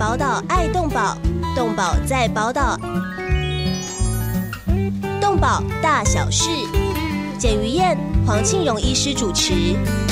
宝岛爱动保，动保在宝岛。动保大小事，简于燕、黄庆荣医师主持。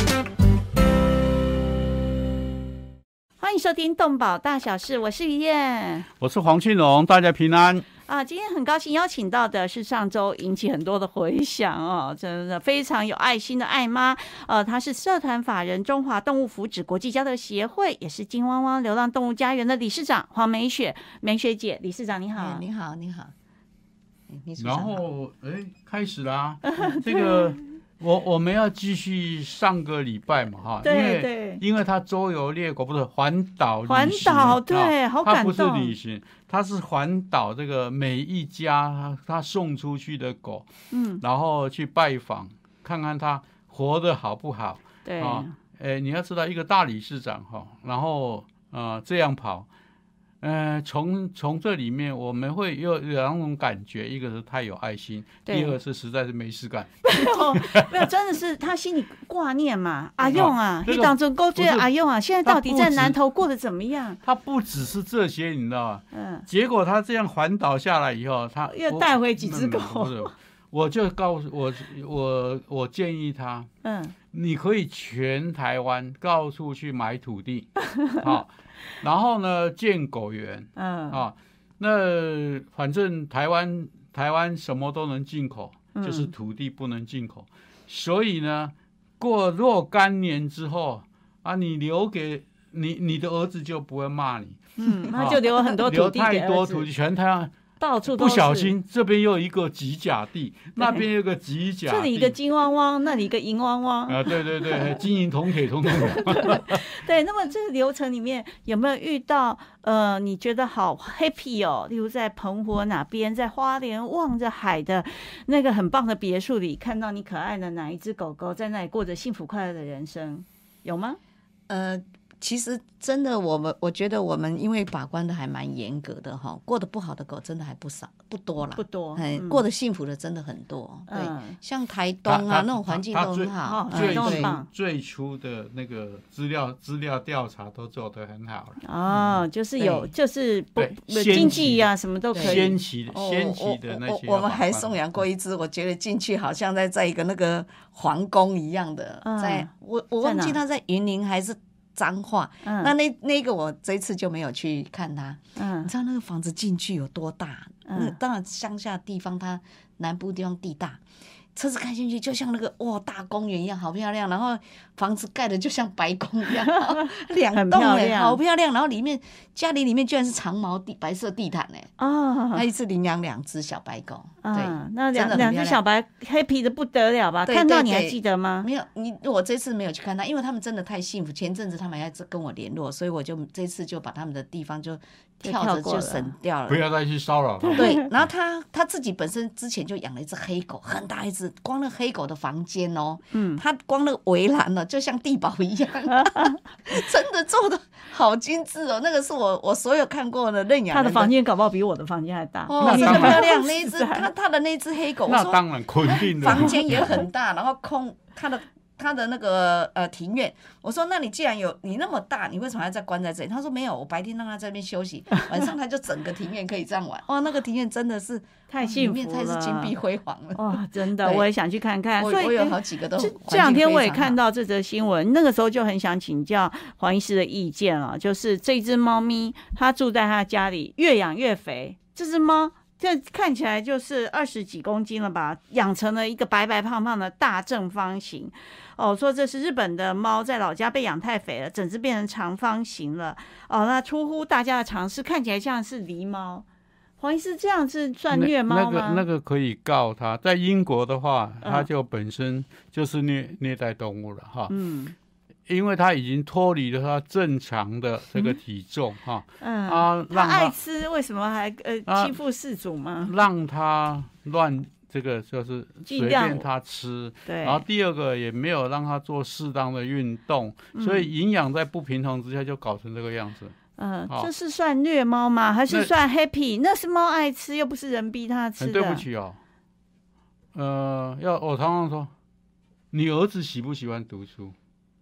欢迎收听动保大小事，我是于燕， 我是黄庆荣，大家平安。 今天很高兴邀请到的是上周引起很多的回响哦，真的非常有爱心的爱妈，她是社团法人中华动物福祉国际交流协会，也是金汪汪流浪动物家园的理事长黄美雪，美雪姐，理事长你好。 你好，你好。 然后开始啦，这个我们要继续上个礼拜嘛哈， 对， 因为他周游列国，不是环岛旅行， 对，好感动。 他不是旅行，他是环岛，这个每一家他送出去的狗，然后去拜访，看看他活得好不好。 对你要知道一个大理事长哈，然后这样跑。从这里面我们会有两种感觉，一个是太有爱心，第二个是实在是没事干。 没有，真的是他心里挂念嘛。阿用啊，你当中勾结阿用啊，现在到底在南投过得怎么样？ 他不只是这些，你知道吗？结果他这样环岛下来以后，他又带回几只狗。 我就告诉我建议他，你可以全台湾到处去买土地，好。然后呢，建狗园，那反正台湾什么都能进口，就是土地不能进口，所以呢，过若干年之后啊，你留给你的儿子就不会骂你， 他就留很多土地给儿子， 留太多土地，全台湾。 到处都是， 不小心这边又一个几甲地，那边有个几甲地， 这里一个金汪汪，那里一个银汪汪啊，对，金银铜铁通通有。 对，那么这个流程里面有没有遇到你觉得好 happy 哦？例如在澎湖哪边，在花莲望着海的那个很棒的别墅里，看到你可爱的哪一只狗狗在那里过着幸福快乐的人生，有吗？ 其实真的，我觉得我们因为把关的还蛮严格的哈，过得不好的狗真的还不少，不多啦， 不多。 过得幸福的真的很多。对，像台东啊那种环境都很好， 最初的那个资料调查都做得很好了。 就是经济啊什么都可以。 先期的那些， 我们还送养过一只，我觉得进去好像在一个那个皇宫一样的，我忘记它在云林还是彰化，那个我这一次就没有去看它。你知道那个房子进去有多大？当然乡下地方，它南部地方地大，车子开进去就像那个大公园一样，好漂亮。然后房子盖的就像白宫一样，两栋好漂亮。然后家里面居然是长毛白色地毯他一次领养2只小白狗。对， 那两只小白 happy 的不得了吧？看到你还记得吗？ 没有，我这次没有去看它，因为他们真的太幸福。前阵子他们还在跟我联络，所以我就这次就把他们的地方就跳着就省掉了， 不要再去骚扰他。 对，然后他自己本身之前就养了一只黑狗，很大一只，光那黑狗的房间他光那个围栏就像地堡一样，真的做的好精致哦。那个是我所有看过的认养人他的房间搞不好比我的房间还大。 那么漂亮，那一只他的那只黑狗， 那当然肯定的， 房间也很大，然后他的那个庭院，我说那你既然你那么大，你为什么还在关在这里？他说没有，我白天让他在那边休息，晚上他就整个庭院可以这样玩。那个庭院真的是太幸福了， 里面才是金碧辉煌了。 哇，真的，我也想去看看。 我有好几个都这两天我也看到这则新闻，那个时候就很想请教黄医师的意见了，就是这只猫咪它住在他家里，越养越肥，这只猫这看起来就是20几公斤了吧，养成了一个白白胖胖的大正方形。说这是日本的猫在老家被养太肥了，整只变成长方形了。那出乎大家的常识，看起来像是狸猫。黄医师，这样是算虐猫吗？ 那个可以告他，在英国的话，他就本身就是虐待动物了哈。因为他已经脱离了他正常的这个体重哈。 他爱吃，为什么还欺负饲主吗？ 让他这个就是随便他吃，然后第二个也没有让他做适当的运动，所以营养在不平衡之下就搞成这个样子。 这是算虐猫吗？还是算 happy？ 那是猫爱吃，又不是人逼它吃的。 对不起我常常说，你儿子喜不喜欢读书？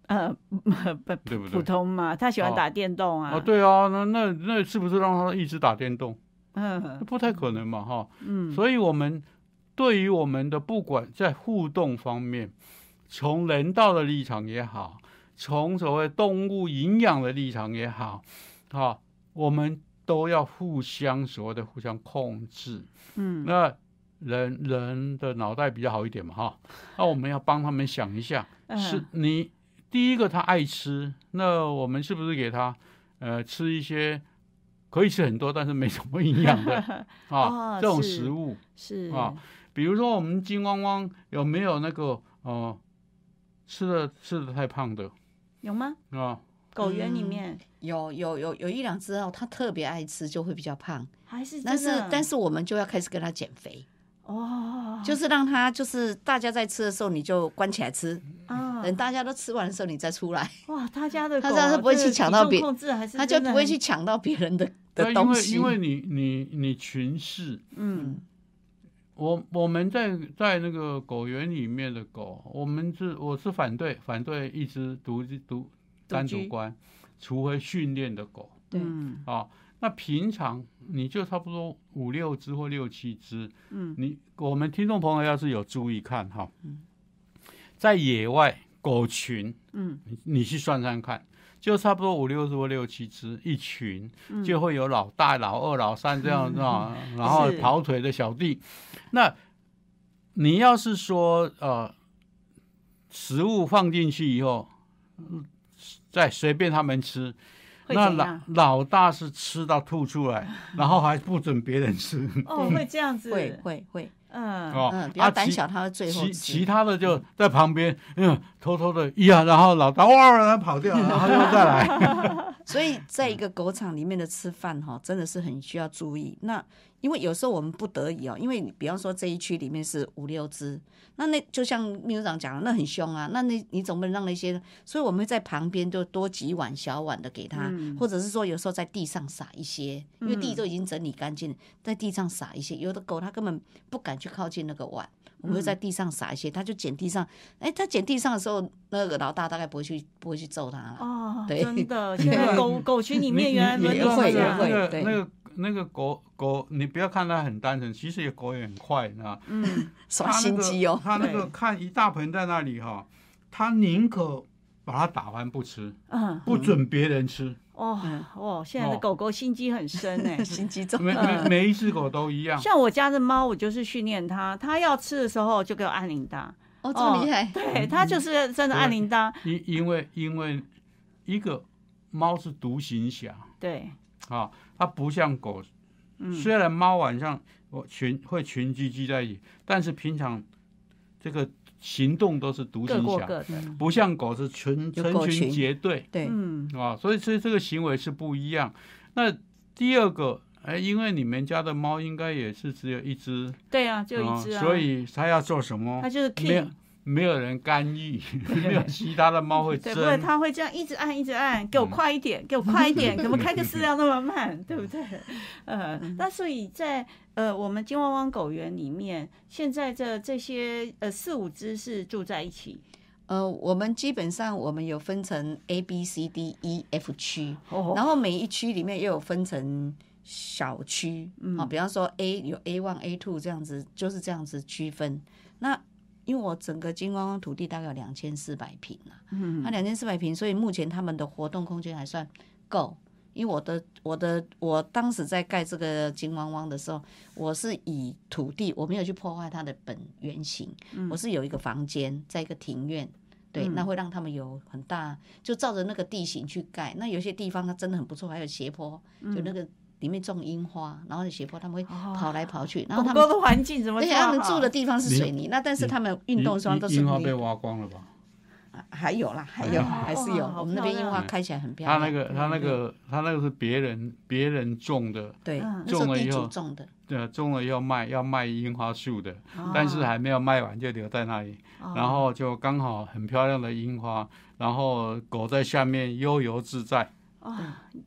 对不对？ 普通嘛，他喜欢打电动啊。 对啊，那是不是让他一直打电动？不太可能嘛，哈。所以我们对于我们的不管在互动方面，从人道的立场也好，从所谓动物营养的立场也好，我们都要互相控制。那人的脑袋比较好一点嘛，哈。那我们要帮他们想一下，是你第一个他爱吃，那我们是不是给他吃一些可以吃很多但是没什么营养的这种食物是比如说我们金汪汪有没有那个吃的太胖的？ 有吗？狗园里面有一两只它特别爱吃，就会比较胖。 还是但是我们就要开始跟它减肥。就是让它就是大家在吃的时候你就关起来吃，等大家都吃完的时候你再出来。 哇，他家的狗它不会去抢到别人， 他就不会去抢到别人的东西。 因为你群视，我们在那个狗园里面的狗，我是反对一只单独关，除非训练的狗。 对， 那平常你就差不多5-6只或6-7只，我们听众朋友要是有注意看哈，在野外狗群，你去算算看，就差不多5-6只或6-7只一群，就会有老大、老二、老三这样然后跑腿的小弟。那你要是说食物放进去以后，再随便他们吃。那老大是吃到吐出来，然后还不准别人吃。 会这样子， 会，比较胆小，他会最后吃。 其他的就在旁边，偷偷的然后老大然后跑掉，然后又再来。 所以在一个狗场里面的吃饭真的是很需要注意。那因为有时候我们不得已因为比方说这一区里面是5-6只，那就像秘书长讲的，那很凶啊，那你总不能让那些，所以我们会在旁边就多几碗小碗的给他，或者是说有时候在地上撒一些，因为地都已经整理干净了，在地上撒一些。有的狗它根本不敢去靠近那个碗，我们会在地上撒一些，它就捡地上。它捡地上的时候，那个老大大概不会去揍它了。对， 真的，现在狗群里面原来也会那个狗，你不要看它很单纯，其实狗也很快， 耍心机它那个看一大盆在那里它宁可把它打翻不吃，不准别人吃。 现在的狗狗心机很深哎， 心机重。 每一只狗都一样。 像我家的猫，我就是训练它，它要吃的时候就给我按铃铛。 这么厉害？ 对，它就是真的按铃铛。 因为一个猫是独行侠， 对。 它不像狗，虽然猫晚上会群居在一起，但是平常这个行动都是独行侠，不像狗是成群结队。 对， 所以这个行为是不一样。那第二个，因为你们家的猫应该也是只有一只， 对啊，就一只所以它要做什么？ 它就是 king。 没有人干预，没有其他的猫会争。 对，不会，它会这样一直按，给我快一点，给我快一点，怎么开个饲料那么慢，对不对？那所以在我们金汪汪狗园里面，现在这些4-5只是住在一起。 我们基本上我们有分成 A、B、C、D、E、F 区，然后每一区里面又有分成小区，比方说 A 有 A1、A2 这样子，就是这样子区分。那因为我整个金汪汪土地大概有2400坪那2400坪，所以目前他们的活动空间还算够。因为我当时在盖这个金汪汪的时候，我是以土地，我没有去破坏它的本原型，我是有一个房间在一个庭院，对，那会让他们有很大，就照着那个地形去盖。那有些地方它真的很不错，还有斜坡，就那个。里面种樱花，然后斜坡他们会跑来跑去，然后他们的环境怎么？ 而且他们住的地方是水泥，那但是他们运动双都是樱花被挖光了吧？ 还有啦，还是有。我们那边樱花开起来很漂亮。 他那个是别人种的， 对， 种了以后种的， 对，种了要卖樱花树的，但是还没有卖完就留在那里，然后就刚好很漂亮的樱花，然后狗在下面悠游自在。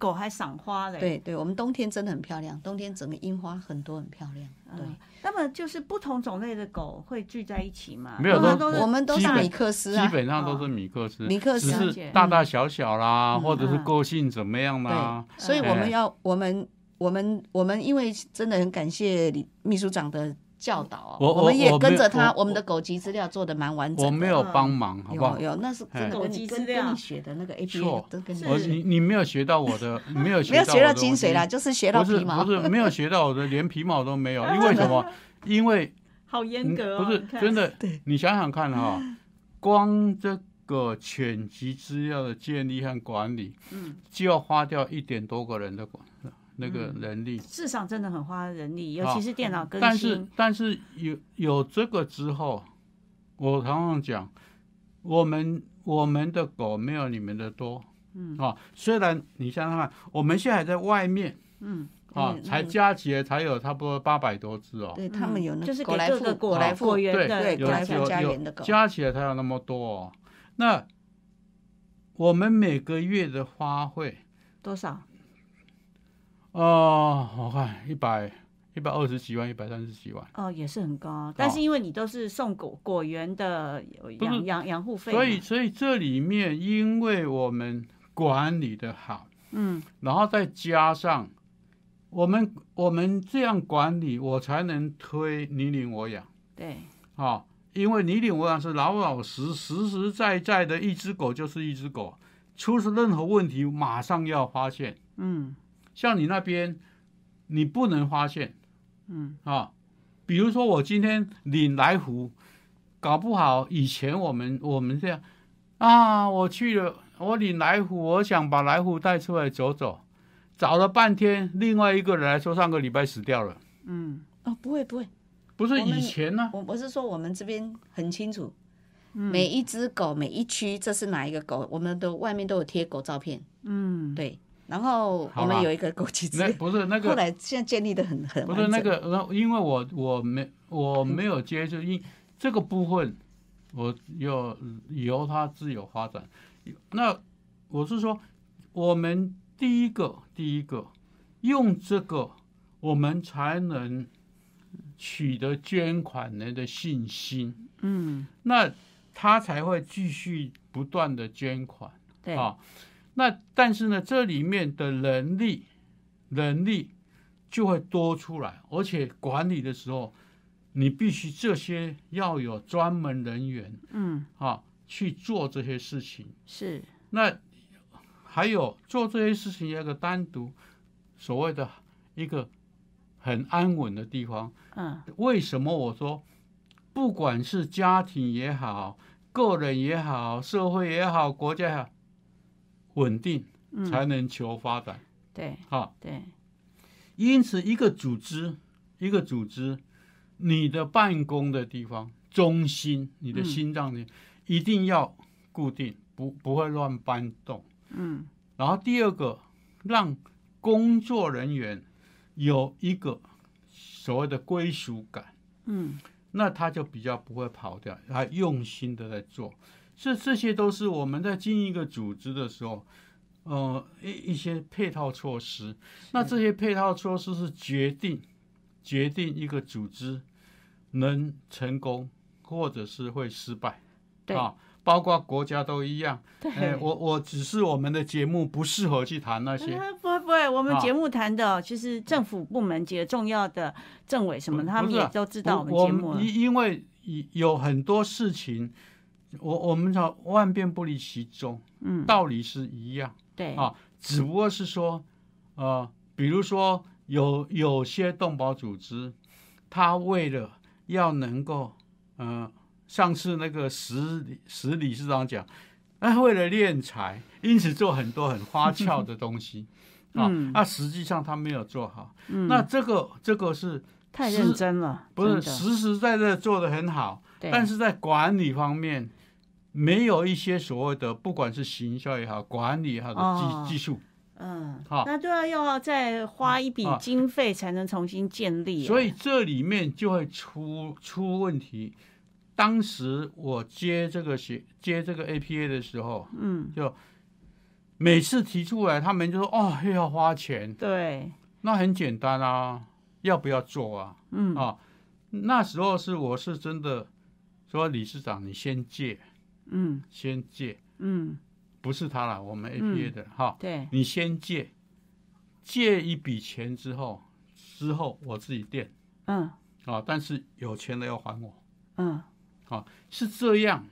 狗还赏花嘞。 对对，我们冬天真的很漂亮，冬天整个樱花很多，很漂亮。对， 那么就是不同种类的狗会聚在一起吗？ 没有， 我们都是米克斯啊， 基本上都是米克斯， 米克斯只是大大小小啦，或者是个性怎么样啦。 对，所以我们因为真的很感谢李秘书长的教导，我们也跟着他，我们的狗籍资料做的蛮完整的。 我没有帮忙，好不好？ 有，那是真的跟你学的那个 APA 都跟你没有学到我的，没有学到精髓啦，就是学到皮毛。 不是没有学到我的，连皮毛都没有。因为什么？因为好严格哦。 不是真的，你想想看哈，光这个犬籍资料的建立和管理，就要花掉1点多个人的那个人力， 市场真的很花人力，尤其是电脑更新。但是有这个之后，我常常讲，我们的狗没有你们的多，虽然你想想看，我们现在还在外面，才加起来才有差不多800多只哦。 对，他们有那就是狗来富果园的， 对果来富家园的狗， 加起来才有那么多哦。那我们每个月的花费多少？ 我看120几万，130几万。 哦，也是很高，但是因为你都是送果园的养护费， 所以这里面因为我们管理的好，然后再加上我们这样管理，我才能推你领我养。 对， 因为你领我养是老老实实在在的一只狗就是一只狗，出任何问题马上要发现。像你那边，你不能发现，比如说我今天领来福，搞不好以前我们这样啊，我去了，我领来福，我想把来福带出来走走，找了半天，另外一个人来说上个礼拜死掉了。 不会， 不是以前呢？ 我是说我们这边很清楚，每一只狗每一区这是哪一个狗，我们的外面都有贴狗照片。对。然后我们有一个狗籍资料， 不是那个， 后来现在建立的很不是那个，因为我没有接触，因这个部分我由它自由发展。那我是说，我们第一个用这个，我们才能取得捐款人的信心。那他才会继续不断的捐款。 对那但是呢，这里面的人力就会多出来，而且管理的时候，你必须这些要有专门人员，去做这些事情。 是。 那还有做这些事情有一个单独所谓的一个很安稳的地方。为什么我说，不管是家庭也好，个人也好，社会也好，国家也好，稳定才能求发展。 对，对。 因此，一个组织，你的办公的地方中心，你的心脏呢，一定要固定，不会乱搬动。然后第二个，让工作人员有一个所谓的归属感。那他就比较不会跑掉，他用心的在做。这些都是我们在经营一个组织的时候，一些配套措施。那这些配套措施是决定一个组织能成功，或者是会失败。 对， 包括国家都一样。 对， 我只是我们的节目不适合去谈那些。 不会，我们节目谈的，其实政府部门几个重要的政委什么，他们也都知道我们节目了。 因为有很多事情。我们讲万变不离其宗，道理是一样， 对只不过是说，比如说有些动保组织，他为了要能够，上次那个石理事长讲，为了敛财，因此做很多很花俏的东西，实际上他没有做好，那这个是太认真了， 不是实实在在做得很好，但是在管理方面。没有一些所谓的，不管是行销也好，管理也好的技术， 那都要再花一笔经费才能重新建立， 所以这里面就会出问题。当时我接这个 APA 的时候，就每次提出来，他们就说哦又要花钱。 对， 那很简单啊，要不要做啊？那时候我是真的说理事长你先借，先借，不是他啦，我们 APA 的对， 你先借一笔钱之后我自己垫，但是有钱的要还我，是这样。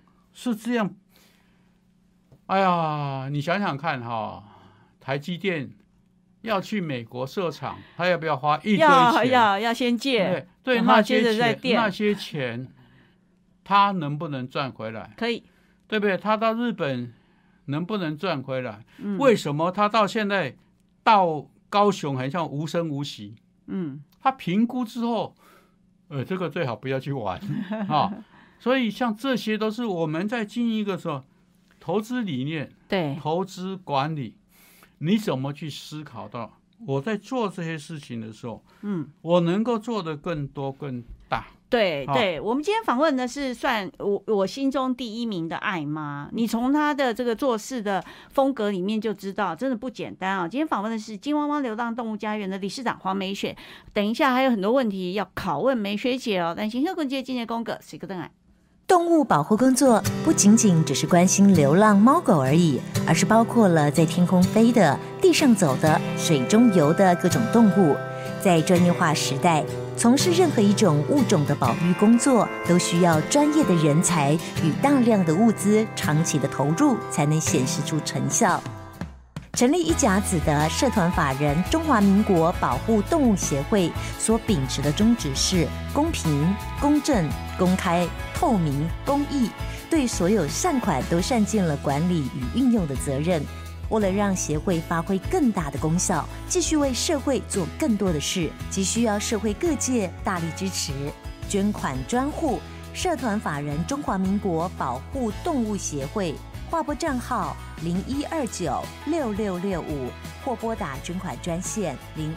哎呀，你想想看台积电要去美国设厂，他要不要花一堆钱？ 要先借， 对， 那些钱他能不能赚回来？ 可以， 对不对？他到日本能不能赚回来？为什么他到现在到高雄很像无声无息？他评估之后，这个最好不要去玩所以像这些都是我们在经营一个时候，投资理念， 对， 投资管理，你怎么去思考到我在做这些事情的时候，我能够做得更多更大。 对对，我们今天访问的是算我心中第一名的艾妈，你从她的这个做事的风格里面就知道，真的不简单啊！今天访问的是金汪汪流浪动物家园的理事长黄美雪，等一下还有很多问题要拷问美雪姐哦。但行贺坤节今年公个谁个邓爱？ 动物保护工作不仅仅只是关心流浪猫狗而已，而是包括了在天空飞的、地上走的、水中游的各种动物。在专业化时代，从事任何一种物种的保育工作，都需要专业的人才与大量的物资，长期的投入，才能显示出成效。成立一甲子的社团法人中华民国保护动物协会所秉持的宗旨是公平、公正、公开、透明、公益，对所有善款都善尽了管理与运用的责任。为了让协会发挥更大的功效，继续为社会做更多的事，急需要社会各界大力支持。捐款专户：社团法人中华民国保护动物协会，划拨账号01296665，或拨打捐款专线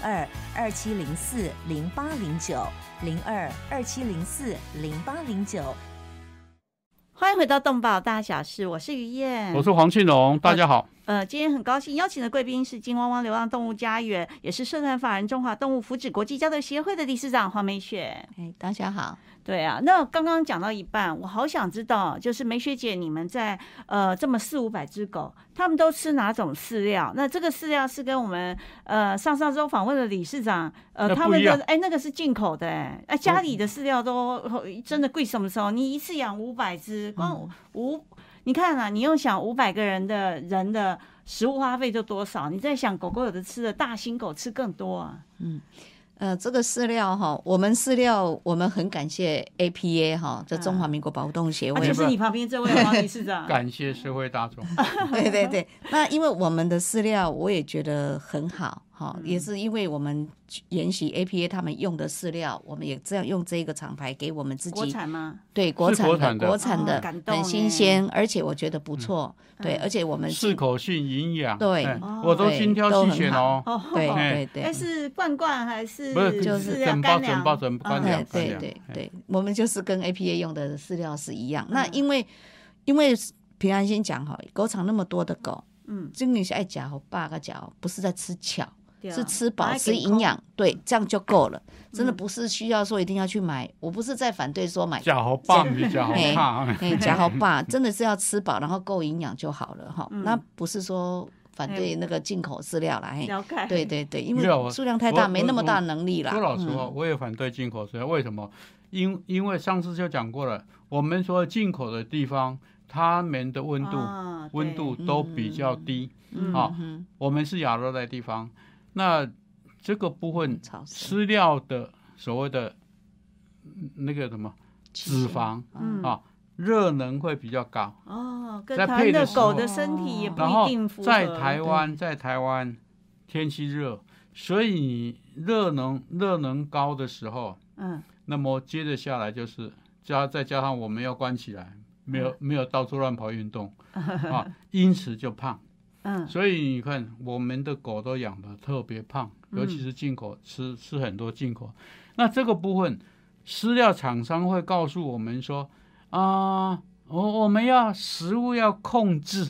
02270408090227040809。 欢迎回到动保大小事，我是于燕， 我是黄庆荣，大家好。 今天很高兴邀请的贵宾是金汪汪流浪动物家园，也是社团法人中华动物福祉国际交流协会的理事长黄美雪。 大家好。 对啊，那刚刚讲到一半，我好想知道，就是美雪姐，你们在这么400-500只狗，他们都吃哪种饲料？那这个饲料是跟我们上周访问的理事长他们的那个是进口的家里的饲料都真的贵什么时候？你一次养500只，光你看啊，你用想500个人的食物花费就多少？你在想狗狗有的吃的，大型狗吃更多啊。 这个饲料我们饲料我们很感谢 APA 这中华民国保护动物协会， 就是你旁边这位黄理事长， 感谢社会大众。 对对对，那因为我们的饲料我也觉得很好也是因为我们沿袭 APA 他们用的饲料，我们也这样用这个厂牌给我们自己。 国产吗？ 对，国产的很新鲜，而且我觉得不错。对，而且我们适口性、营养， 对， 我都精挑细选哦。 对对对， 但是罐还是不是就是整包干粮？ 对对对，我们就是跟 APA 用的饲料是一样。那因为平安先讲狗场那么多的狗，真的是爱夹8个夹，不是在吃巧。是吃饱吃营养，对，这样就够了。真的不是需要说一定要去买，我不是在反对说买假好棒，你假好胖， 假好棒，真的是要吃饱，然后够营养就好了哈。那不是说反对那个进口饲料啦，对对对，因为数量太大，没那么大能力啦。 说老实话，我也反对进口饲料，为什么？因为上次就讲过了，我们说进口的地方，他们的温度都比较低我们是亚热带地方。那这个部分饲料的所谓的那个什么脂肪热能会比较高跟台湾的狗的身体也不一定符合。 在台湾天气热，所以你热能高的时候，那么接着下来就是再加上我们要关起来，没有到处乱跑运动因此就胖。所以你看我们的狗都养得特别胖，尤其是进口吃很多进口。那这个部分饲料厂商会告诉我们说我们要食物要控制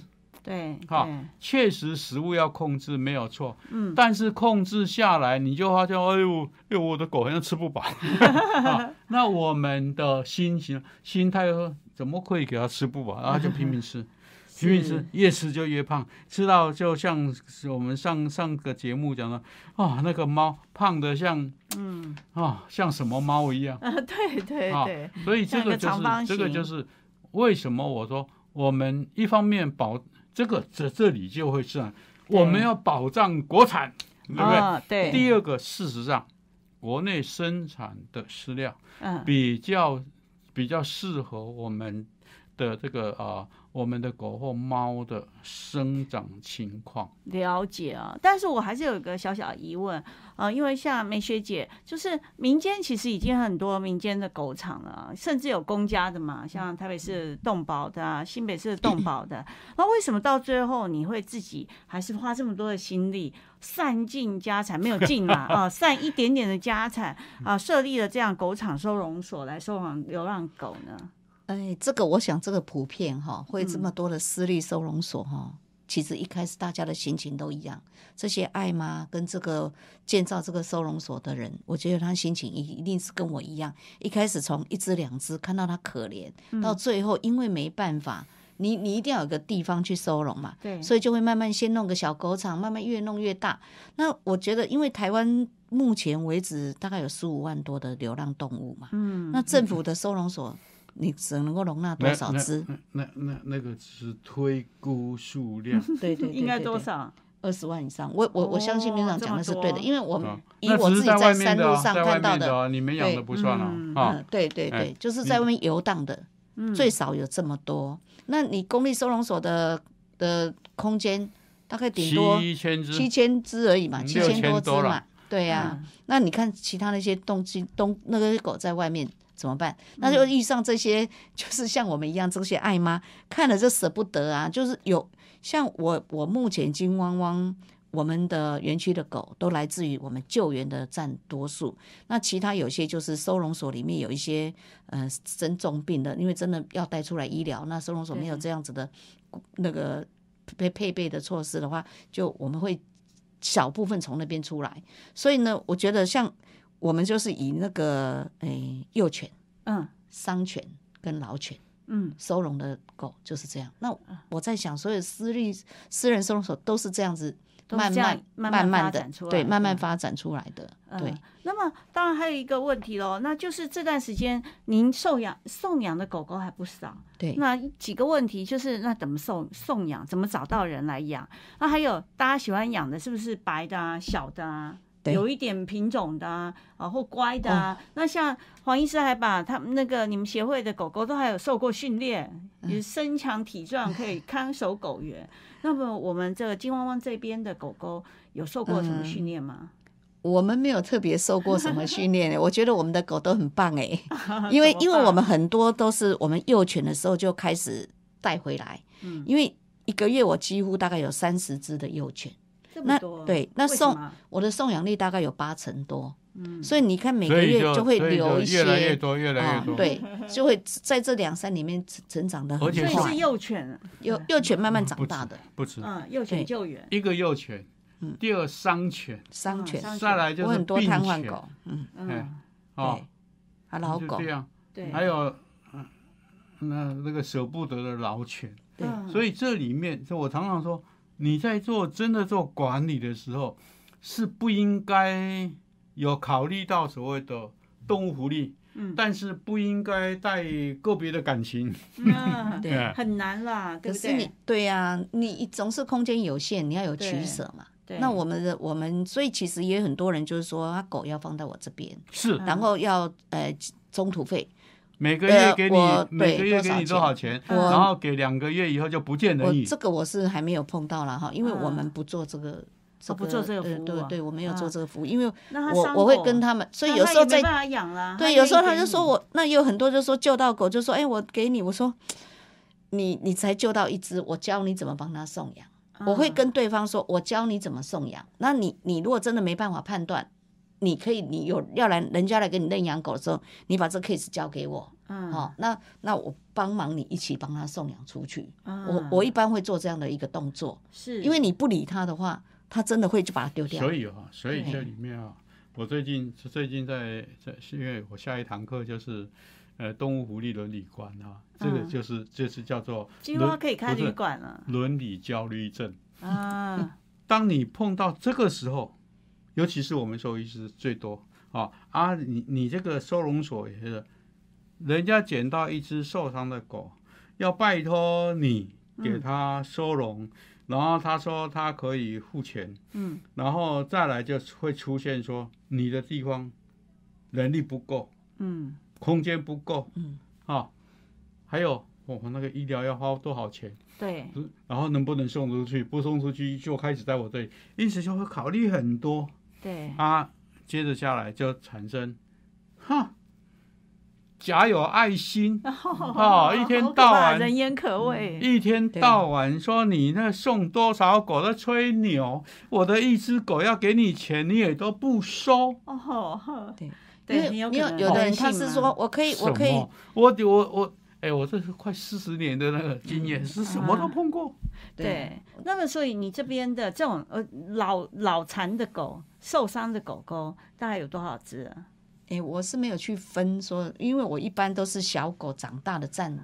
对， 好，确实食物要控制没有错，但是控制下来，你就发现，哎呦，我的狗好像吃不饱。那我们的心态说，怎么可以给它吃不饱？然后就拼命吃。拼命吃，越吃就越胖，吃到就像我们上个节目讲的，那个猫胖得像像什么猫一样。 对对对。 所以这个就是为什么我说我们一方面这里就会是我们要保障国产，对不对？ 对。 第二个，事实上国内生产的饲料比较适合我们的这个我们的狗或猫的生长情况。 了解啊，但是我还是有一个小小的疑问因为像梅学姐，就是民间其实已经很多民间的狗场了，甚至有公家的嘛，像台北市动保的新北市的动保的，那为什么到最后你会自己还是花这么多的心力，散尽家产，没有尽嘛散一点点的家产设立了这样狗场收容所来收容流浪狗呢？ 这个我想这个普遍会这么多的私立收容所其实一开始大家的心情都一样，这些爱妈跟这个建造这个收容所的人，我觉得他心情一定是跟我一样，一开始从一只两只看到他可怜，到最后因为没办法，你一定要有个地方去收容嘛， 对， 所以就会慢慢先弄个小狗场，慢慢越弄越大。那我觉得因为台湾目前为止大概有15万多的流浪动物嘛，那政府的收容所你只能够容纳多少只？ 那个只是推估数量， 对， 应该多少 ？20万以上。我相信院长讲的是对的，因为我们以我自己在山路上看到的， 你们养的不算对，就是在外面游荡的，最少有这么多。那你公立收容所的空间大概顶多7000只而已嘛，7000多只嘛，对呀。那你看其他那些那个狗在外面怎么办？那就遇上这些就是像我们一样这些爱妈，看了就舍不得啊。就是有像我目前金汪汪我们的园区的狗都来自于我们救援的占多数，那其他有些就是收容所里面有一些生重病的，因为真的要带出来医疗，那收容所没有这样子的那个配备的措施的话，就我们会小部分从那边出来。所以呢，我觉得像我们就是以那个幼犬、伤犬跟老犬，收容的狗就是这样。那我在想，所有私人收容所都是这样子，慢慢的，对，慢慢发展出来的。对。 那么当然还有一个问题咯，那就是这段时间您送养的狗狗还不少， 对。 那几个问题就是那怎么送养，怎么找到人来养？那还有大家喜欢养的是不是白的小的有一点品种的或乖的那像黄医师还把他们那个你们协会的狗狗都还有受过训练，也身强体壮，可以看守狗园。那么我们这个金汪汪这边的狗狗有受过什么训练吗？ 我们没有特别受过什么训练我觉得我们的狗都很棒因为我们很多都是我们幼犬的时候就开始带回来，因为一个月我几乎大概有30只的幼犬。 那对，那我的送养率大概有80%多，所以你看每个月就会留一些， 越来越多， 对，就会在这2-3里面成长的很快。 所以是幼犬， 幼犬慢慢长大的， 不止， 幼犬救援， 一个幼犬，第二伤犬，再来就是我很多瘫痪狗， 对， 老狗， 这样， 对， 还有那个舍不得的老犬，对，所以这里面，我常常说。你在真的做管理的时候，是不应该有考虑到所谓的动物福利，但是不应该带个别的感情， 对，很难啦，对不对？ 对呀，你总是空间有限，你要有取舍嘛。那我们，所以其实也有很多人就是说，他狗要放在我这边， 是， 然后要中途费。 每个月给你多少钱，然后给2个月以后就不见人影。 这个我是还没有碰到啦因为我们不做这个， 不做这个服务， 对，我没有做这个服务，因为我会跟他们，所以有时候没办法养啦。 对，有时候他就说那也有很多就说救到狗就说我给你，我说你才救到1只，我教你怎么帮他送养。我会跟对方说，我教你怎么送养。那你如果真的没办法判断， 你可以，你有要来人家来给你认养狗的时候，你把这 case 交给我，那我帮忙你一起帮他送养出去。我一般会做这样的一个动作，是因为你不理他的话，他真的会就把它丢掉。 所以这里面我最近在，因为我下一堂课就是动物福利伦理观这个就是叫做几乎可以开旅馆了， 伦理焦虑症当你碰到这个时候，尤其是我们兽医师最多你这个收容所也是，人家捡到一只受伤的狗，要拜托你给他收容，然后他说他可以付钱，然后再来就会出现说你的地方人力不够，空间不够，还有那个医疗要花多少钱？ 对， 然后能不能送出去？不送出去就开始在我这里，因此就会考虑很多。 对， 接着下来就产生，假有爱心一天到晚人言可畏， 一天到晚说你那送多少狗的吹牛，我的一只狗要给你钱，你也都不收。 对， 有的人他是说我可以， 我这是快40年的那个经验，是什么都碰过。 对，那么所以你这边的这种老残的狗、受伤的狗狗，大概有多少只啊？ 我是没有去分说，因为我一般都是小狗长大的占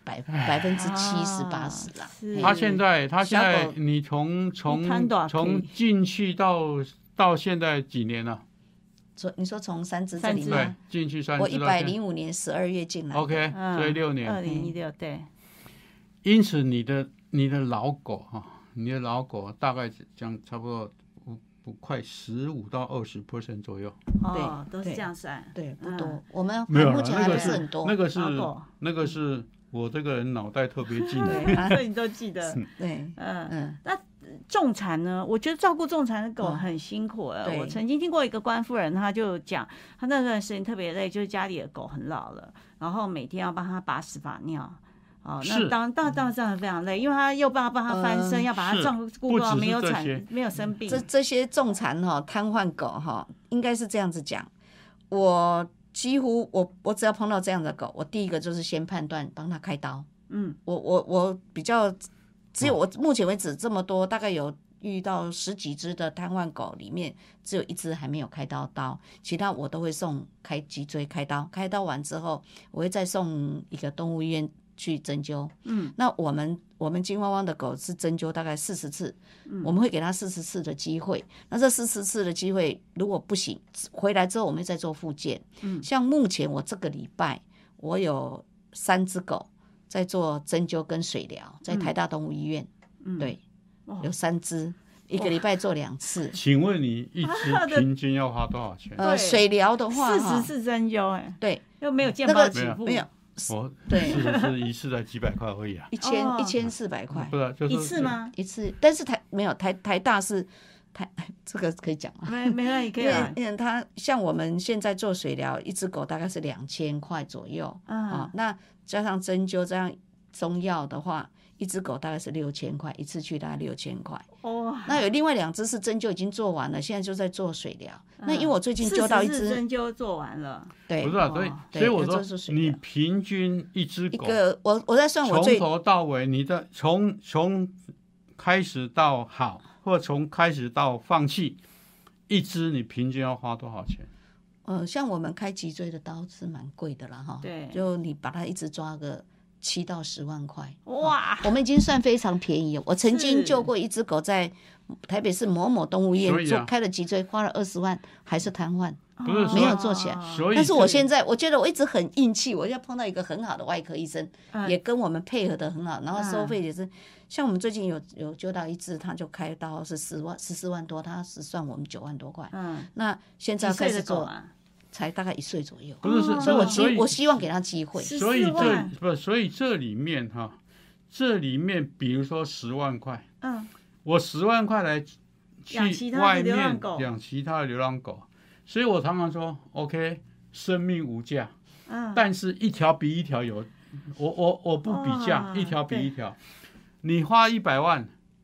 70%-80%啦。 他现在你从进去到现在几年了？ 你说从3只这里吗？ 对，进去3只。 我105年12月进来的。 OK， 所以6年。 2016对。 因此你的老狗大概差不多快15%到20% 左右。 都是这样算。 对，不多。我们没有目前还不是很多。 那个是我这个人脑袋特别近， 所以你都记得。 对， 那重残呢？我觉得照顾重残的狗很辛苦。我曾经听过一个官夫人，她就讲，她那段时间特别累，就是家里的狗很老了，然后每天要帮它把屎把尿。那当然这样非常累，因为他又帮他翻身，要把他照顾到没有生病。 这些重残瘫痪狗应该是这样子讲。我几乎我只要碰到这样的狗，我第一个就是先判断帮他开刀。我比较只有我目前为止这么多，大概有遇到10几只的瘫痪狗，里面只有1只还没有开刀，其他我都会送开脊椎开刀。开刀完之后，我会再送一个动物医院去针灸。那我们金汪汪的狗是针灸大概40次，我们会给它40次的机会。那这40次的机会如果不行，回来之后我们再做复健。像目前我这个礼拜我有3只狗在做针灸跟水疗，在台大动物医院。对，有3只，一个礼拜做2次。 请问你一只平均要花多少钱？ 水疗的话 40次针灸， 对， 又没有健保给付， 没有。 对，是一次才几百块而已啊 ，1400块， 不是就是一次吗？ 一次，但是台大是这个可以讲吗？ 没关系，可以啊。 因为它像我们现在做水疗，一只狗大概是2000块左右那加上针灸这样中药的话，一只狗大概是6000块，一次去大概6000块。那有另外2只是针灸已经做完了，现在就在做水疗。那因为我最近揪到一只针灸做完了， 对， 不是所以我说你平均一只狗， 我在算我从头到尾，你的从开始到好，或从开始到放弃，一只你平均要花多少钱？ 像我们开脊椎的刀是蛮贵的啦对， 就你把它一直抓个7到10万块， 哇！ 我们已经算非常便宜了。我曾经救过一只狗，在台北市某某动物医院开了脊椎，花了20万，还是瘫痪，没有做起来。但是我现在我觉得我一直很运气，我要碰到一个很好的外科医生，也跟我们配合的很好，然后收费也是。像我们最近有救到一只，他就开刀是14万多，他是算我们9万多块。那现在开始做。才大概1岁左右，所以我希望给他机会。 所以这里面比如说10万块，我10万块来去外面养其他的流浪狗，所以我常常说 OK， 生命无价，但是一条比一条有，我不比价，一条比一条。你花100万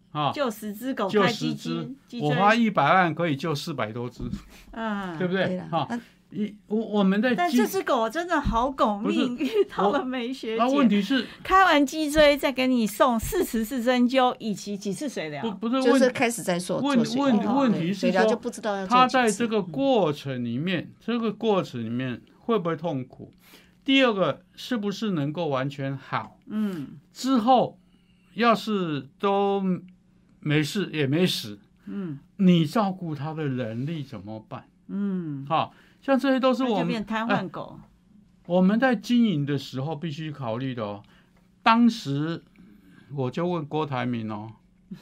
救10只狗开鸡只， 我花100万可以救400多只，对不对？我们在但这只狗真的好狗命，遇到了梅学姐。 那问题是开完脊椎再给你送44次针灸，以及几次水疗？ 不是， 就是开始在说问题是说， 就不知道要他在这个过程里面，会不会痛苦？第二个是不是能够完全好？之后要是都没事也没死，你照顾他的能力怎么办？好。像这些都是我们就变瘫痪狗。 我们在经营的时候必须考虑的哦。当时我就问郭台铭哦，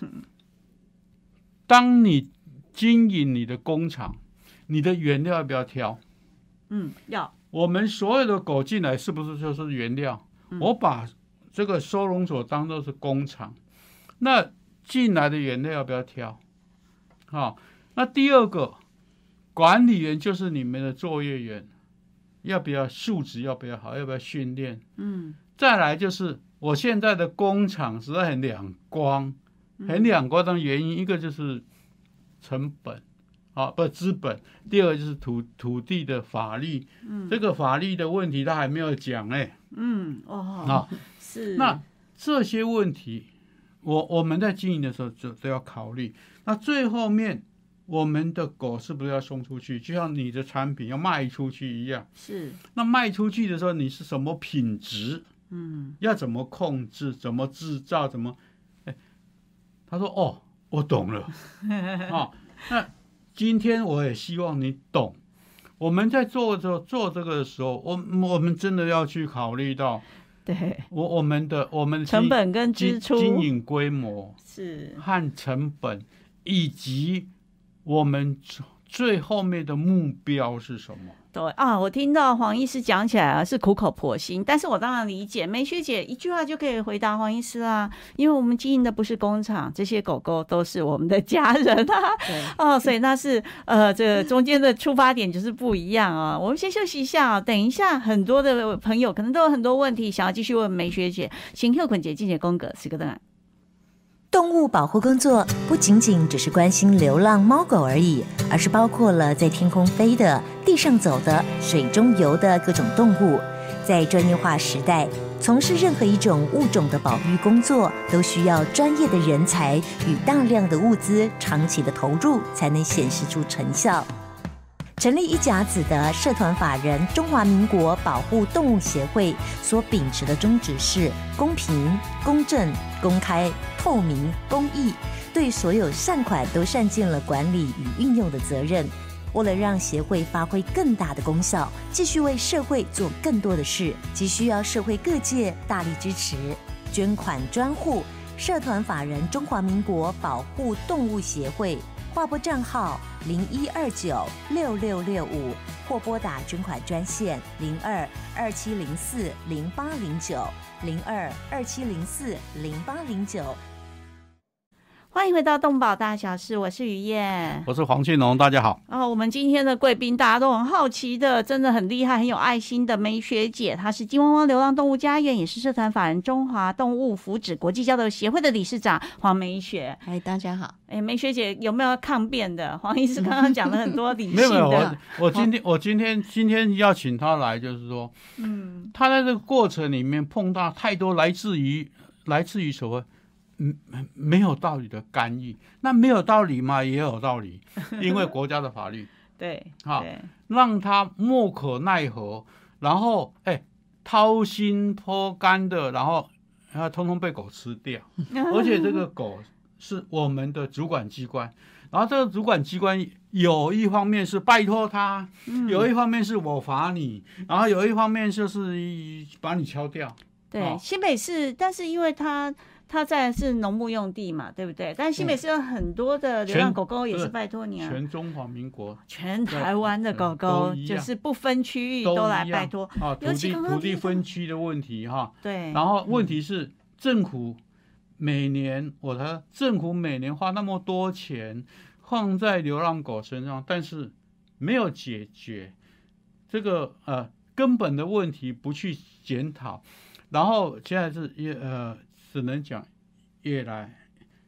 当你经营你的工厂，你的原料要不要挑？ 要。 我们所有的狗进来是不是就是原料？我把这个收容所当作是工厂，那进来的原料要不要挑？好，那第二个。管理员就是你们的作业员，要不要素质要不要好，要不要训练？再来就是我现在的工厂实在很两光，的原因，一个就是成本，不资本；第二个就是土地的法律，这个法律的问题他还没有讲是。 那这些问题，我们在经营的时候都要考虑。那最后面。我们的狗是不是要送出去？就像你的产品要卖出去一样。 是。 那卖出去的时候，你是什么品质？要怎么控制？怎么制造？怎么？他说：“哦，我懂了。”那今天我也希望你懂。我们在做这个的时候，我们真的要去考虑到， 对， 我们的成本跟支出、 经营规模是和成本以及。我们最后面的目标是什么？ 对我听到黄医师讲起来是苦口婆心，但是我当然理解，梅学姐一句话就可以回答黄医师啦，因为我们经营的不是工厂，这些狗狗都是我们的家人所以那是这个中间的出发点就是不一样啊。我们先休息一下等一下很多的朋友可能都有很多问题想要继续问梅学姐，请休困姐进节公格是个灯。 动物保护工作不仅仅只是关心流浪猫狗而已，而是包括了在天空飞的、地上走的、水中游的各种动物。在专业化时代，从事任何一种物种的保育工作，都需要专业的人才与大量的物资长期的投入，才能显示出成效。成立一甲子的社团法人中华民国保护动物协会所秉持的宗旨是公平、公正、公开、透明、公益，对所有善款都善尽了管理与运用的责任。为了让协会发挥更大的功效，继续为社会做更多的事，急需要社会各界大力支持。捐款专户：社团法人中华民国保护动物协会，划拨账号01296665，或拨打捐款专线0227040809，0227040809。 欢迎回到动保大小事，我是于燕， 我是黄庆龙，大家好。 我们今天的贵宾大家都很好奇的，真的很厉害、很有爱心的梅学姐，她是金汪汪流浪动物家园，也是社团法人中华动物福祉国际交流协会的理事长黄梅雪。 大家好。 梅学姐有没有抗辩的？黄医师刚刚讲了很多理性的。 没有，我今天要请他来，就是说，他在这个过程里面碰到太多来自于所谓。没有道理的干预，那没有道理嘛，也有道理，因为国家的法律对， 让他莫可奈何，然后掏心剖肝的，然后通通被狗吃掉，而且这个狗是我们的主管机关，然后这个主管机关有一方面是拜托他，有一方面是我罚你，然后有一方面就是把你敲掉。 对，新北市，但是因为他在是农牧用地嘛，对不对？但新北市有很多的流浪狗狗也是拜托你啊， 全中华民国、 全台湾的狗狗就是不分区域都来拜托土地分区的问题对。 然后问题是政府每年花那么多钱放在流浪狗身上，但是没有解决这个根本的问题，不去检讨。然后现在是只能讲越来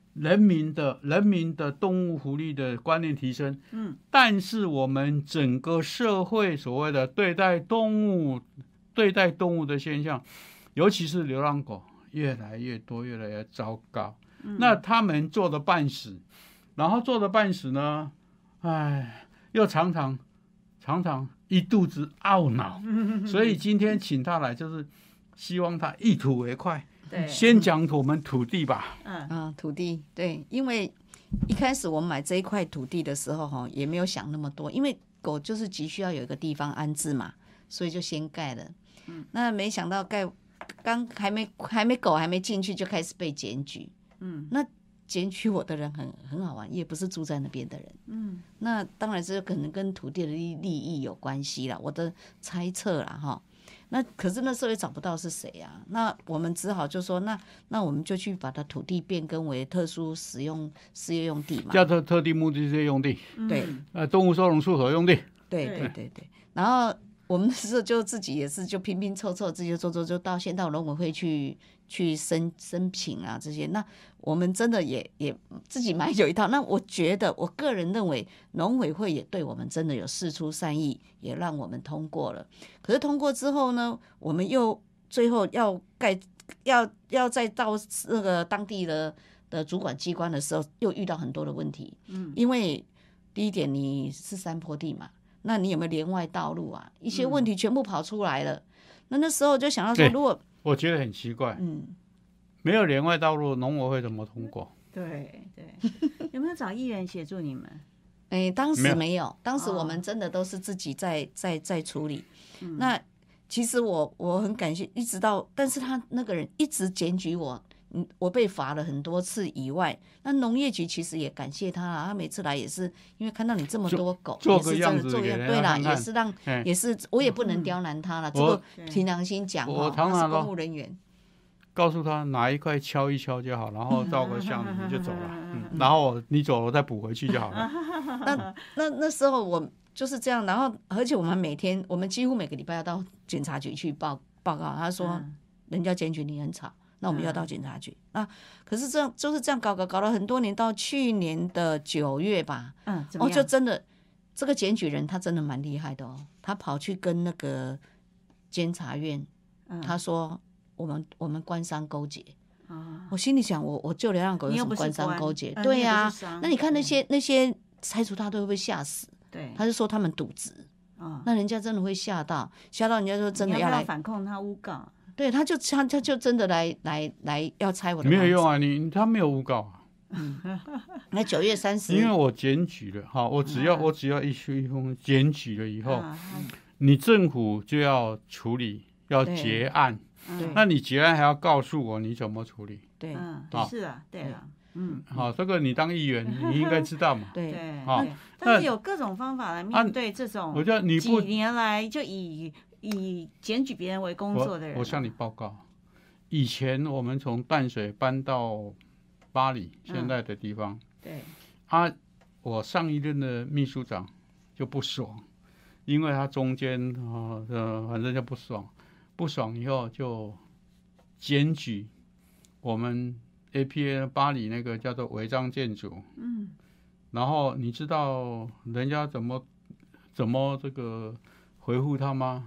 人民的动物福利的观念提升，但是我们整个社会所谓的对待动物的现象，尤其是流浪狗越来越多，越来越糟糕。那他们做的半死，然后做的半死呢，又常常一肚子懊恼，所以今天请他来，就是希望他一吐为快。先讲我们土地吧。 土地，对，因为一开始我们买这一块土地的时候，也没有想那么多，因为狗就是急需要有一个地方安置嘛，所以就先盖了。那没想到狗还没进去就开始被检举。那检举我的人很好玩，也不是住在那边的人。那当然这可能跟土地的利益有关系啦，我的猜测啦哈。那可是那时候也找不到是谁啊，那我们只好就说那我们就去把它土地变更为特殊事业用地嘛， 叫做特定目的事业用地。 对， 动物收容处所用地。 对。然后我们是就自己也是就拼拼凑凑，自己就做，就到先到农委会去申请啊这些。那我们真的也自己买有一套。那我觉得我个人认为农委会也对我们真的有释出善意，也让我们通过了。可是通过之后呢，我们又最后要再到那个当地的主管机关的时候，又遇到很多的问题。因为第一点你是山坡地嘛，那你有没有连外道路啊？一些问题全部跑出来了。那时候就想到说，如果我觉得很奇怪，没有连外道路，农委会怎么通过？ 对，有没有找议员协助你们？ 当时没有，当时我们真的都是自己在处理。那其实我很感谢，一直到，但是他那个人一直检举我。我被罚了很多次以外，那农业局其实也感谢他啦。他每次来也是因为看到你这么多狗， 做个样子， 对啦，也是我也不能刁难他了。这个凭良心讲， 我常常他是公务人员， 告诉他拿一块敲一敲就好，然后照个相你就走了，然后你走了再补回去就好了。 那时候我就是这样，然后而且我们几乎每个礼拜要到警察局去报告，他说人家检举你很吵。那我们要到警察局可是这样就是这样搞了很多年，到去年的9月吧，就真的这个检举人他真的蛮厉害的哦，他跑去跟那个监察院，他说我们官商勾结我心里想我救流浪狗有什么官商勾结？对呀，那你看那些拆除大队会不会吓死？ 对， 他就说他们渎职那人家真的会吓到人家说真的要来反控他诬告。 对，他就真的来要拆我的房子， 没有用啊，他没有诬告那9月30， 因为我检举了，我只要一封检举了以后，你政府就要处理，要结案，那你结案还要告诉我你怎么处理。 对， 是啊，对了。 好，这个你当议员你应该知道嘛。 对， 但是有各种方法来面对这种， 我觉得你几年来就以检举别人为工作的人。 我向你报告，以前我们从淡水搬到八里现在的地方， 对我上一任的秘书长就不爽，因为他中间反正就不爽以后就检举我们 APA 八里那个叫做违章建筑，然后你知道人家怎么这个回复他吗？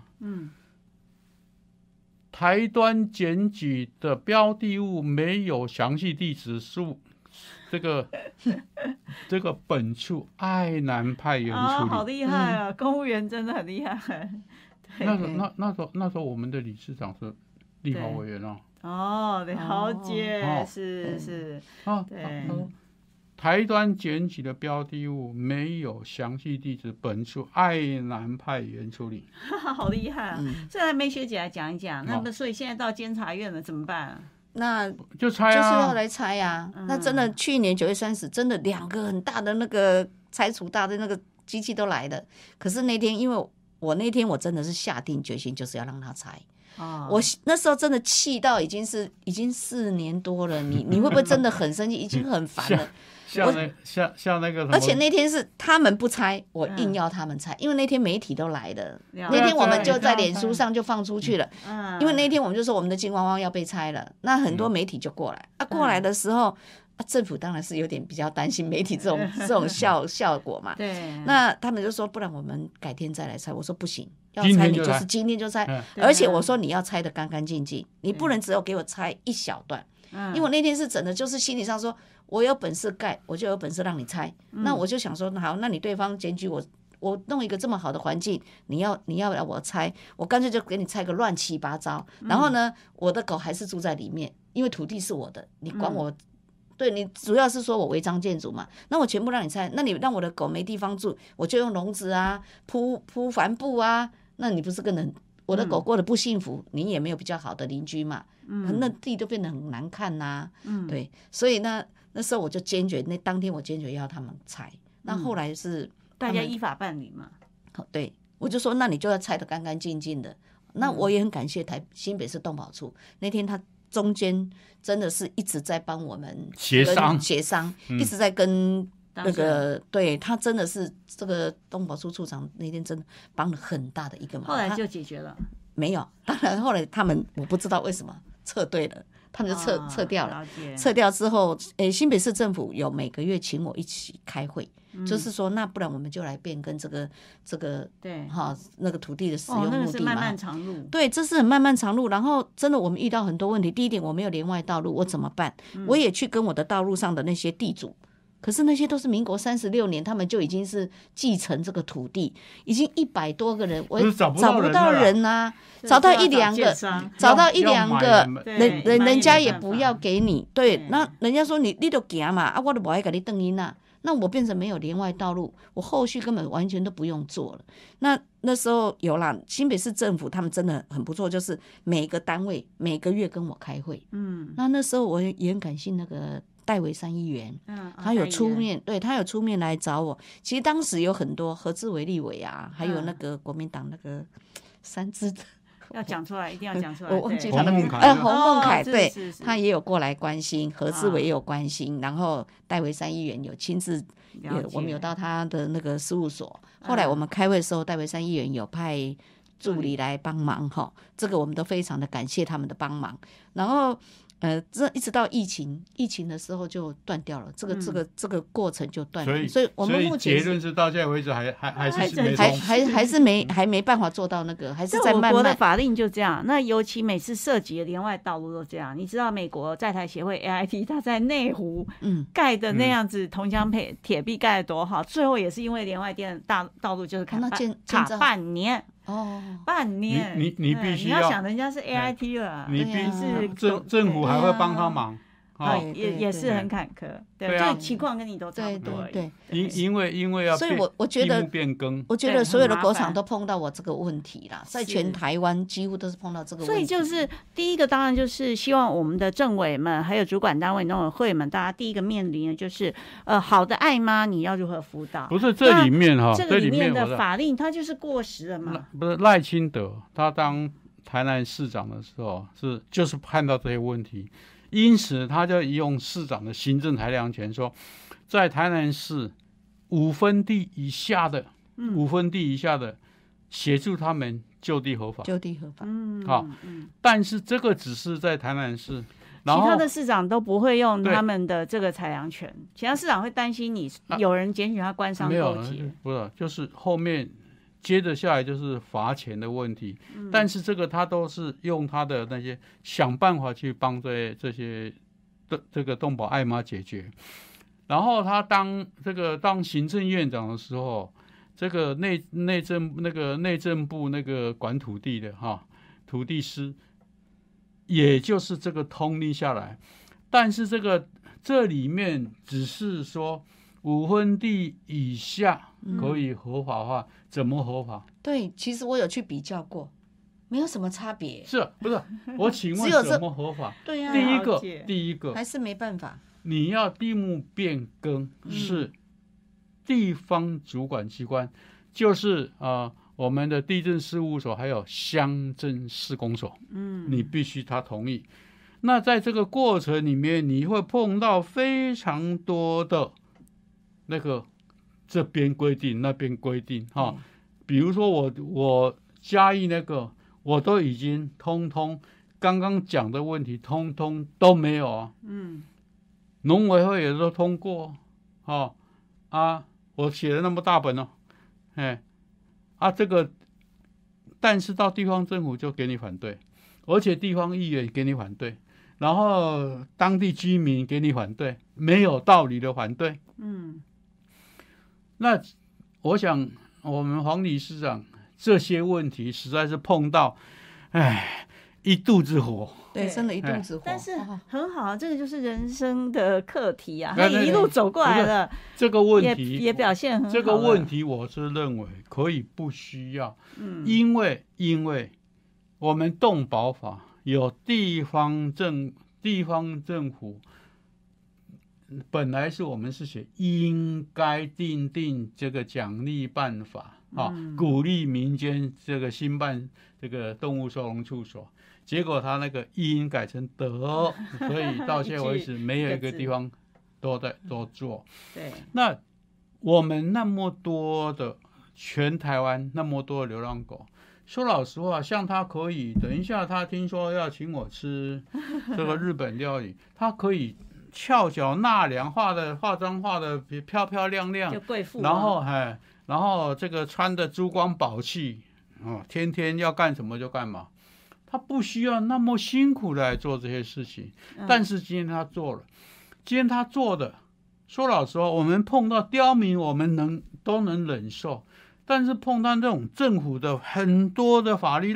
台端检举的标的物没有详细地址数，这个本处爱南派员处理。 好厉害啊！公务员真的很厉害。 那时候我们的理事长是立法委员了解，是对。 台端检举的标的物没有详细地址，本处爱南派员处理。 好厉害啊！再来梅学姐来讲一讲，那么所以现在到监察院了怎么办？ 那就拆就是要来拆啊！那真的去年9月30，真的2个很大的那个拆除大的那个机器都来了。可是那天因为我我真的是下定决心，就是要让它拆。我那时候真的气到已经4年多了，你会不会真的很生气？已经很烦了。 像那个什么， 而且那天是他们不拆，我硬要他们拆，因为那天媒体都来了，那天我们就在脸书上就放出去了，因为那天我们就说我们的金汪汪要被拆了，那很多媒体就过来，过来的时候， 政府当然是有点比较担心媒体这种效果嘛。 对， 那他们就说不然我们改天再来拆。我说不行，要拆你就是今天就拆，而且我说你要拆得干干净净，你不能只有给我拆一小段。因为我那天是整的，就是心理上说我有本事盖，我就有本事让你拆。那我就想说好，那你对方检举我弄一个这么好的环境，你要我拆，我干脆就给你拆个乱七八糟。然后呢，我的狗还是住在里面，因为土地是我的，你管我。对，你主要是说我违章建筑嘛，那我全部让你拆，那你让我的狗没地方住，我就用笼子啊，铺帆布啊，那你不是更能我的狗过得不幸福，你也没有比较好的邻居嘛，那地都变得很难看呐。对，所以那时候我就坚决，那当天我坚决要他们拆。那后来是大家依法办理嘛。 对，我就说那你就要拆得干干净净的。那我也很感谢新北市动保处，那天他中间真的是一直在帮我们协商，一直在跟那个对他真的是这个动保处处长那天真的帮了很大的一个忙。 后来就解决了？ 没有，当然后来他们我不知道为什么撤队了。他们就撤掉了。撤掉之后，新北市政府有每个月请我一起开会，就是说，那不然我们就来变更这个对那个土地的使用目的嘛。 那个是漫漫长路。 对，这是很漫漫长路。然后真的我们遇到很多问题。第一点，我没有连外道路，我怎么办？我也去跟我的道路上的那些地主。可是那些都是民国36年，他们就已经是继承这个土地，已经100多个人，我找不到人啊，找到一两个，找到一两个，人家也不要给你。对，那人家说你就行嘛，我就不爱给你登音啊，那我变成没有连外道路，我后续根本完全都不用做了。那时候有啦，新北市政府他们真的很不错，就是每个单位每个月跟我开会。那时候我也很感谢那个戴维山议员，他有出面，对，他有出面来找我。其实当时有很多何志伟立委啊，还有那个国民党那个三支的， 要讲出来，一定要讲出来。 我忘记他的名字，洪孟凯，对，他也有过来关心，何志伟也有关心，然后戴维山议员有亲自，我们有到他的那个事务所。后来我们开会的时候，戴维山议员有派助理来帮忙哈，这个我们都非常的感谢他们的帮忙。然后这一直到疫情的时候就断掉了，这个过程就断了。所以我们目前结论是到现在为止还没办法做到那个，还是在慢慢。 我国的法令就这样，那尤其每次涉及的连外道路都这样。你知道美国在台协会 AIT 他在内湖盖的那样子铜墙铁壁盖得多好，最后也是因为连外电道路就是卡半年。半年， 你必须要想人家是 AIT 了， 你必须政府还会帮他忙， 也是很坎坷，对，这情况跟你都差不多。 对， 因为要， 所以我觉得变更， 我觉得所有的狗场都碰到我这个问题啦，在全台湾几乎都是碰到这个问题。 所以就是第一个，当然就是希望我们的政委们还有主管单位、农委会们，大家第一个面临的就是好的爱妈你要如何辅导？ 不是这里面这里面的法令它就是过时了嘛？ 不是赖清德他当台南市长的时候就是看到这些问题。因此，他就用市长的行政裁量权说，在台南市5分地以下的协助他们就地合法。但是这个只是在台南市，然后其他的市长都不会用他们的这个裁量权。其他市长会担心你有人检举他官商勾结， 不是，就是后面接着下来就是罚钱的问题，但是这个他都是用他的那些想办法去帮这些这个动保爱妈解决。然后他当行政院长的时候，这个内政部那个管土地的土地司，也就是这个通令下来，但是这里面只是说5分地以下可以合法化，怎么合法？ 对，其实我有去比较过，没有什么差别。 是不是？我请问怎么合法？ 对呀， 第一个还是没办法。 你要地目变更是地方主管机关，就是我们的地政事务所还有乡镇市公所，你必须他同意。那在这个过程里面，你会碰到非常多的那个这边规定那边规定比如说我嘉义那个我都已经通通刚刚讲的问题通通都没有农委会也都通过，我写了那么大本哦，这个，但是到地方政府就给你反对，而且地方议员给你反对，然后当地居民给你反对，没有道理的反对。那我想我们黄理事长这些问题实在是碰到，一肚子火。 对，真的一肚子火。 但是很好，这个就是人生的课题啊，他一路走过来了。 这个问题也表现很好。 这个问题我是认为可以不需要，因为我们动保法有地方政府，本来是我们是写应该订定这个奖励办法鼓励民间这个兴办这个动物收容处所。结果他那个应改成德，所以到现在为止没有一个地方都做。 对， 那我们那么多的全台湾那么多的流浪狗，说老实话，像他可以等一下，他听说要请我吃这个日本料理，他可以翘脚纳凉，化妆化的漂漂亮亮， 就贵妇然后这个穿的珠光宝气天天要干什么就干嘛。他不需要那么辛苦的来做这些事情，但是今天他做了，今天他做的，说老实话，我们碰到刁民，我们都能忍受，但是碰到这种政府的很多的法律，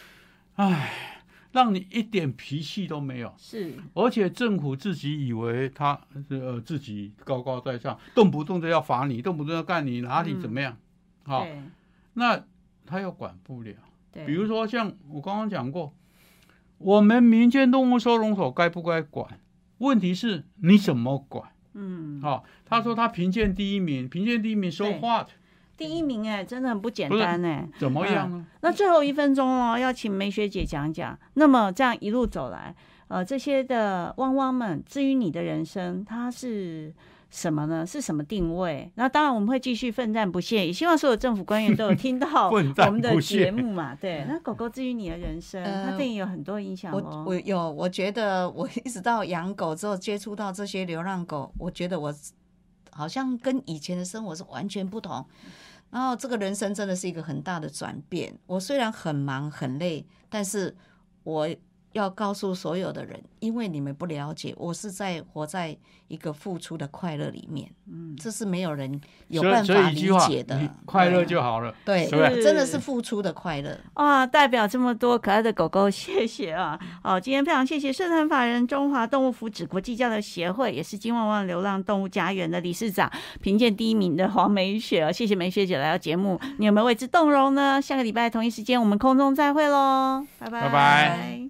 让你一点脾气都没有。 是， 而且政府自己以为他自己高高在上，动不动就要罚你，动不动要干你，哪里怎么样？那他又管不了。比如说像我刚刚讲过，我们民间动物收容所该不该管？问题是你怎么管？他说他评鉴第一名so what？ 第一名真的很不简单怎么样呢？ 那最后1分钟要请梅学姐讲讲。那么这样一路走来，这些的汪汪们，至于你的人生，它是什么呢？是什么定位？那当然我们会继续奋战不懈，也希望所有政府官员都有听到我们的节目嘛。对，那狗狗至于你的人生，它对你有很多影响哦。 我觉得我一直到养狗之后接触到这些流浪狗，我觉得我好像跟以前的生活是完全不同。然后这个人生真的是一个很大的转变。我虽然很忙很累，但是我要告诉所有的人，因为你们不了解，我是活在一个付出的快乐里面，这是没有人有办法理解的。 快乐就好了， 对，真的是付出的快乐。 代表这么多可爱的狗狗，谢谢啊！今天非常谢谢社团法人中华动物福祉国际交流协会，也是金旺旺流浪动物家园的理事长，评鉴第1名的黄梅雪，谢谢梅雪姐来到节目，你有没有为之动容呢？下个礼拜同一时间我们空中再会喽，拜拜。